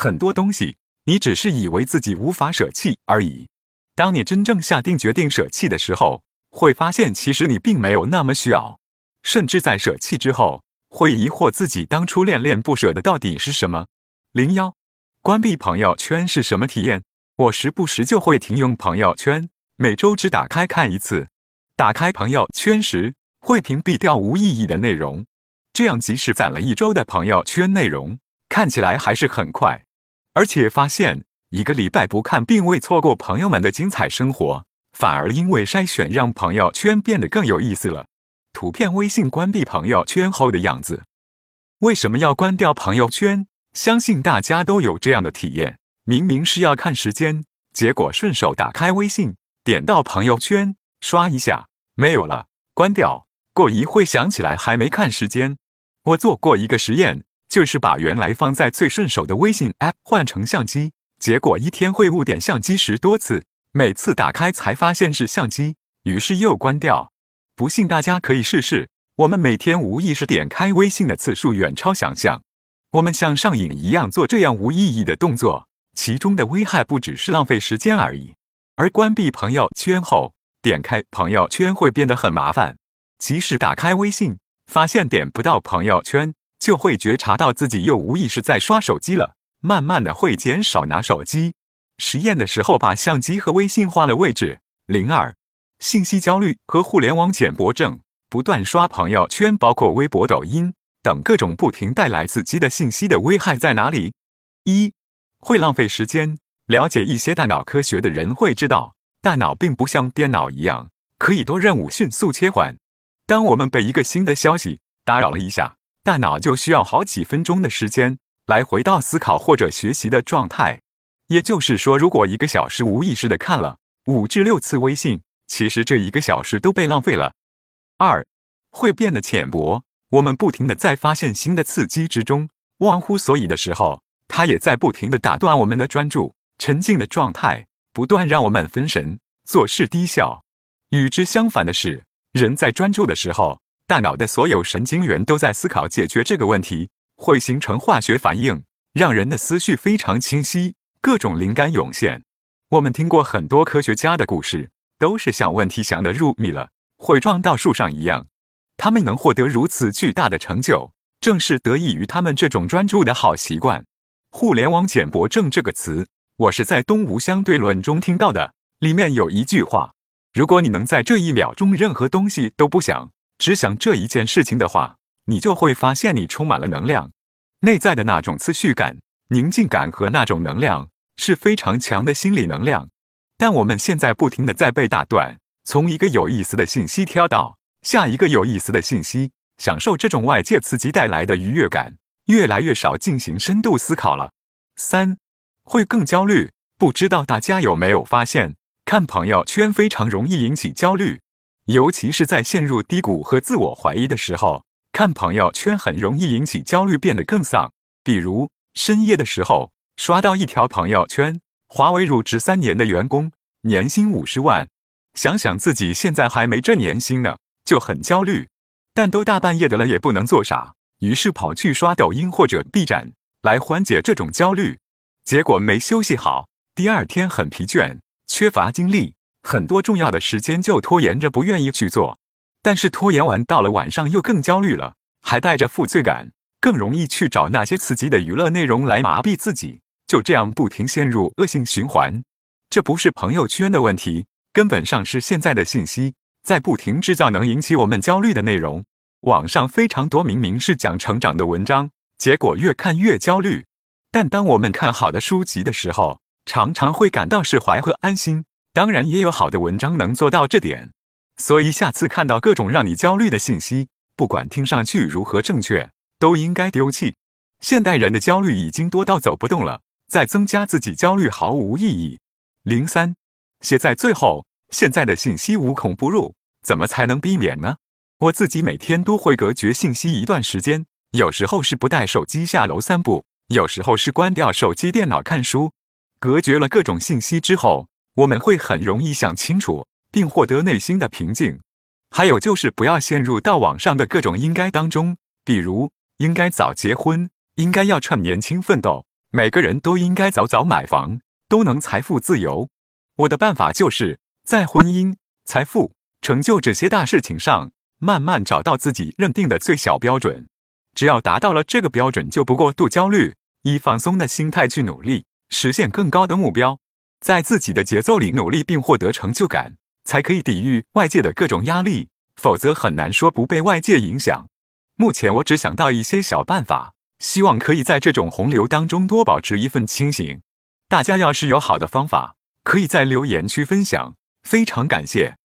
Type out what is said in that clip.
很多东西，你只是以为自己无法舍弃而已。当你真正下定决定舍弃的时候，会发现其实你并没有那么需要。甚至在舍弃之后，会疑惑自己当初恋恋不舍的到底是什么。01. 关闭朋友圈是什么体验？我时不时就会停用朋友圈，每周只打开看一次。打开朋友圈时，会屏蔽掉无意义的内容，这样即使攒了一周的朋友圈内容，看起来还是很快。而且发现，一个礼拜不看并未错过朋友们的精彩生活，反而因为筛选让朋友圈变得更有意思了。图片微信关闭朋友圈后的样子。为什么要关掉朋友圈？相信大家都有这样的体验，明明是要看时间，结果顺手打开微信，点到朋友圈，刷一下，没有了，关掉。过一会想起来还没看时间。我做过一个实验，就是把原来放在最顺手的微信 App 换成相机，结果一天会误点相机10多次，每次打开才发现是相机，于是又关掉。不信大家可以试试，我们每天无意识点开微信的次数远超想象。我们像上瘾一样做这样无意义的动作，其中的危害不只是浪费时间而已。而关闭朋友圈后，点开朋友圈会变得很麻烦。即使打开微信，发现点不到朋友圈，就会觉察到自己又无意识在刷手机了，慢慢的会减少拿手机。实验的时候把相机和微信换了位置。02. 信息焦虑和互联网浅薄症。不断刷朋友圈，包括微博、抖音等各种不停带来刺激的信息的危害在哪里？1. 会浪费时间。了解一些大脑科学的人会知道，大脑并不像电脑一样，可以多任务迅速切换。当我们被一个新的消息打扰了一下，大脑就需要好几分钟的时间来回到思考或者学习的状态。也就是说，如果1个小时无意识地看了5至6次微信，其实这1个小时都被浪费了。2. 会变得浅薄。我们不停地在发现新的刺激之中，忘乎所以的时候，它也在不停地打断我们的专注，沉静的状态不断让我们分神，做事低效。与之相反的是，人在专注的时候，大脑的所有神经元都在思考解决这个问题，会形成化学反应，让人的思绪非常清晰，各种灵感涌现。我们听过很多科学家的故事，都是想问题想得入迷了，会撞到树上一样。他们能获得如此巨大的成就，正是得益于他们这种专注的好习惯。互联网浅薄症这个词，我是在东吴相对论中听到的，里面有一句话：如果你能在这1秒钟任何东西都不想，只想这一件事情的话，你就会发现你充满了能量。内在的那种次序感、宁静感和那种能量是非常强的心理能量。但我们现在不停地在被打断，从一个有意思的信息跳到下一个有意思的信息，享受这种外界刺激带来的愉悦感，越来越少进行深度思考了。3. 会更焦虑。不知道大家有没有发现，看朋友圈非常容易引起焦虑，尤其是在陷入低谷和自我怀疑的时候，看朋友圈很容易引起焦虑，变得更丧。比如深夜的时候，刷到一条朋友圈，华为入职3年的员工，年薪50万，想想自己现在还没这年薪呢，就很焦虑。但都大半夜的了，也不能做傻，于是跑去刷抖音或者 B 站来缓解这种焦虑。结果没休息好，第2天很疲倦，缺乏精力，很多重要的时间就拖延着不愿意去做。但是拖延完到了晚上又更焦虑了，还带着负罪感，更容易去找那些刺激的娱乐内容来麻痹自己，就这样不停陷入恶性循环。这不是朋友圈的问题，根本上是现在的信息在不停制造能引起我们焦虑的内容。网上非常多明明是讲成长的文章，结果越看越焦虑。但当我们看好的书籍的时候，常常会感到释怀和安心。当然也有好的文章能做到这点。所以下次看到各种让你焦虑的信息，不管听上去如何正确，都应该丢弃。现代人的焦虑已经多到走不动了，再增加自己焦虑毫无意义。03. 写在最后，现在的信息无孔不入，怎么才能避免呢？我自己每天都会隔绝信息一段时间，有时候是不带手机下楼散步，有时候是关掉手机电脑看书。隔绝了各种信息之后，我们会很容易想清楚，并获得内心的平静。还有就是不要陷入到网上的各种应该当中，比如应该早结婚，应该要趁年轻奋斗， 每个人都应该早早买房，都能财富自由。我的办法就是在婚姻、财富、成就这些大事情上，慢慢找到自己认定的最小标准。只要达到了这个标准，就不过度焦虑，以放松的心态去努力，实现更高的目标。在自己的节奏里努力并获得成就感，才可以抵御外界的各种压力，否则很难说不被外界影响。目前我只想到一些小办法，希望可以在这种洪流当中多保持一份清醒。大家要是有好的方法，可以在留言区分享，非常感谢。